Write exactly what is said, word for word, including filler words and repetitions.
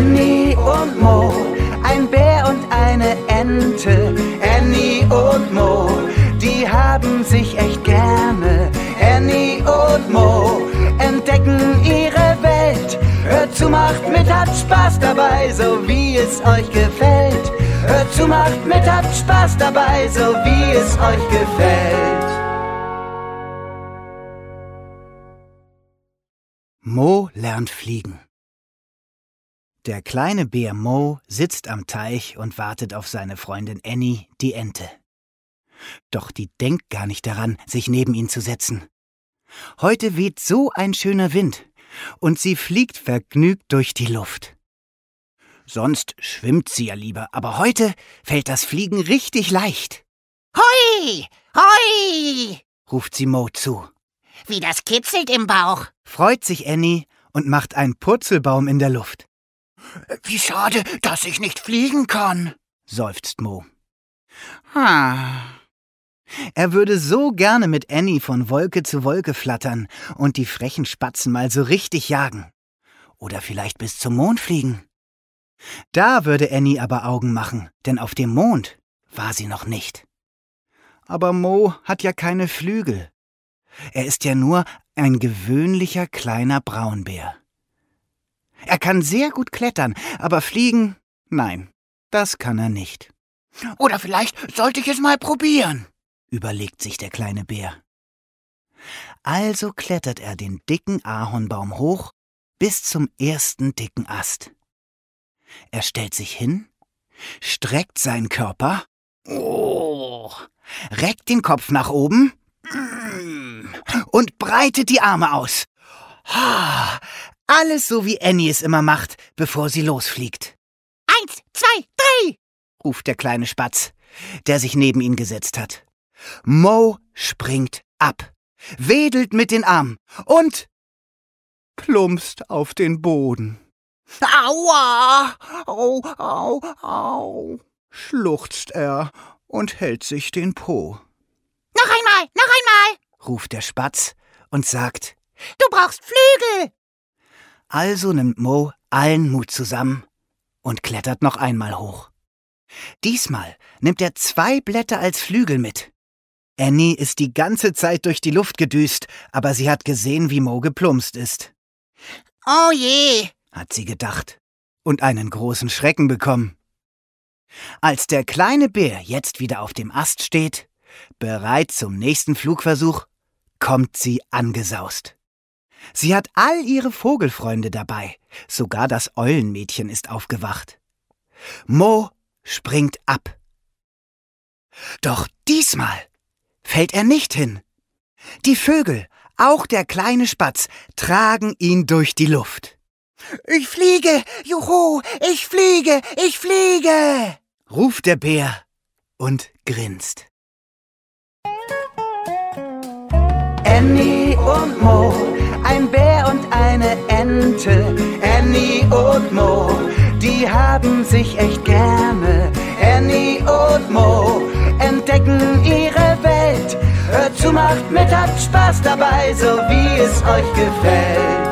Annie und Mo, ein Bär und eine Ente. Annie und Mo, die haben sich echt gerne. Annie und Mo entdecken ihre Welt. Hört zu, macht mit, habt Spaß dabei, so wie es euch gefällt. Hört zu, macht mit, habt Spaß dabei, so wie es euch gefällt. Mo lernt fliegen. Der kleine Bär Mo sitzt am Teich und wartet auf seine Freundin Annie, die Ente. Doch die denkt gar nicht daran, sich neben ihn zu setzen. Heute weht so ein schöner Wind und sie fliegt vergnügt durch die Luft. Sonst schwimmt sie ja lieber, aber heute fällt das Fliegen richtig leicht. Hoi, hoi, ruft sie Mo zu. Wie das kitzelt im Bauch. Freut sich Annie und macht einen Purzelbaum in der Luft. Wie schade, dass ich nicht fliegen kann, seufzt Mo. Ah. Er würde so gerne mit Annie von Wolke zu Wolke flattern und die frechen Spatzen mal so richtig jagen. Oder vielleicht bis zum Mond fliegen. Da würde Annie aber Augen machen, denn auf dem Mond war sie noch nicht. Aber Mo hat ja keine Flügel. Er ist ja nur ein gewöhnlicher kleiner Braunbär. Er kann sehr gut klettern, aber fliegen, nein, das kann er nicht. Oder vielleicht sollte ich es mal probieren, überlegt sich der kleine Bär. Also klettert er den dicken Ahornbaum hoch bis zum ersten dicken Ast. Er stellt sich hin, streckt seinen Körper, oh, reckt den Kopf nach oben und breitet die Arme aus. Alles so, wie Annie es immer macht, bevor sie losfliegt. Eins, zwei, drei, ruft der kleine Spatz, der sich neben ihn gesetzt hat. Mo springt ab, wedelt mit den Armen und plumpst auf den Boden. Aua! Au, au, au! Schluchzt er und hält sich den Po. Noch einmal, noch einmal, ruft der Spatz und sagt, du brauchst Flügel. Also nimmt Mo allen Mut zusammen und klettert noch einmal hoch. Diesmal nimmt er zwei Blätter als Flügel mit. Annie ist die ganze Zeit durch die Luft gedüst, aber sie hat gesehen, wie Mo geplumpst ist. Oh je, hat sie gedacht und einen großen Schrecken bekommen. Als der kleine Bär jetzt wieder auf dem Ast steht, bereit zum nächsten Flugversuch, kommt sie angesaust. Sie hat all ihre Vogelfreunde dabei, sogar das Eulenmädchen ist aufgewacht. Mo springt ab. Doch diesmal fällt er nicht hin. Die Vögel, auch der kleine Spatz, tragen ihn durch die Luft. Ich fliege, juhu, ich fliege, ich fliege, ruft der Bär und grinst. Annie und Mo, ein Bär und eine Ente. Annie und Mo, die haben sich echt gerne. Annie und Mo entdecken ihre Welt. Hört zu, macht mit, habt Spaß dabei, so wie es euch gefällt.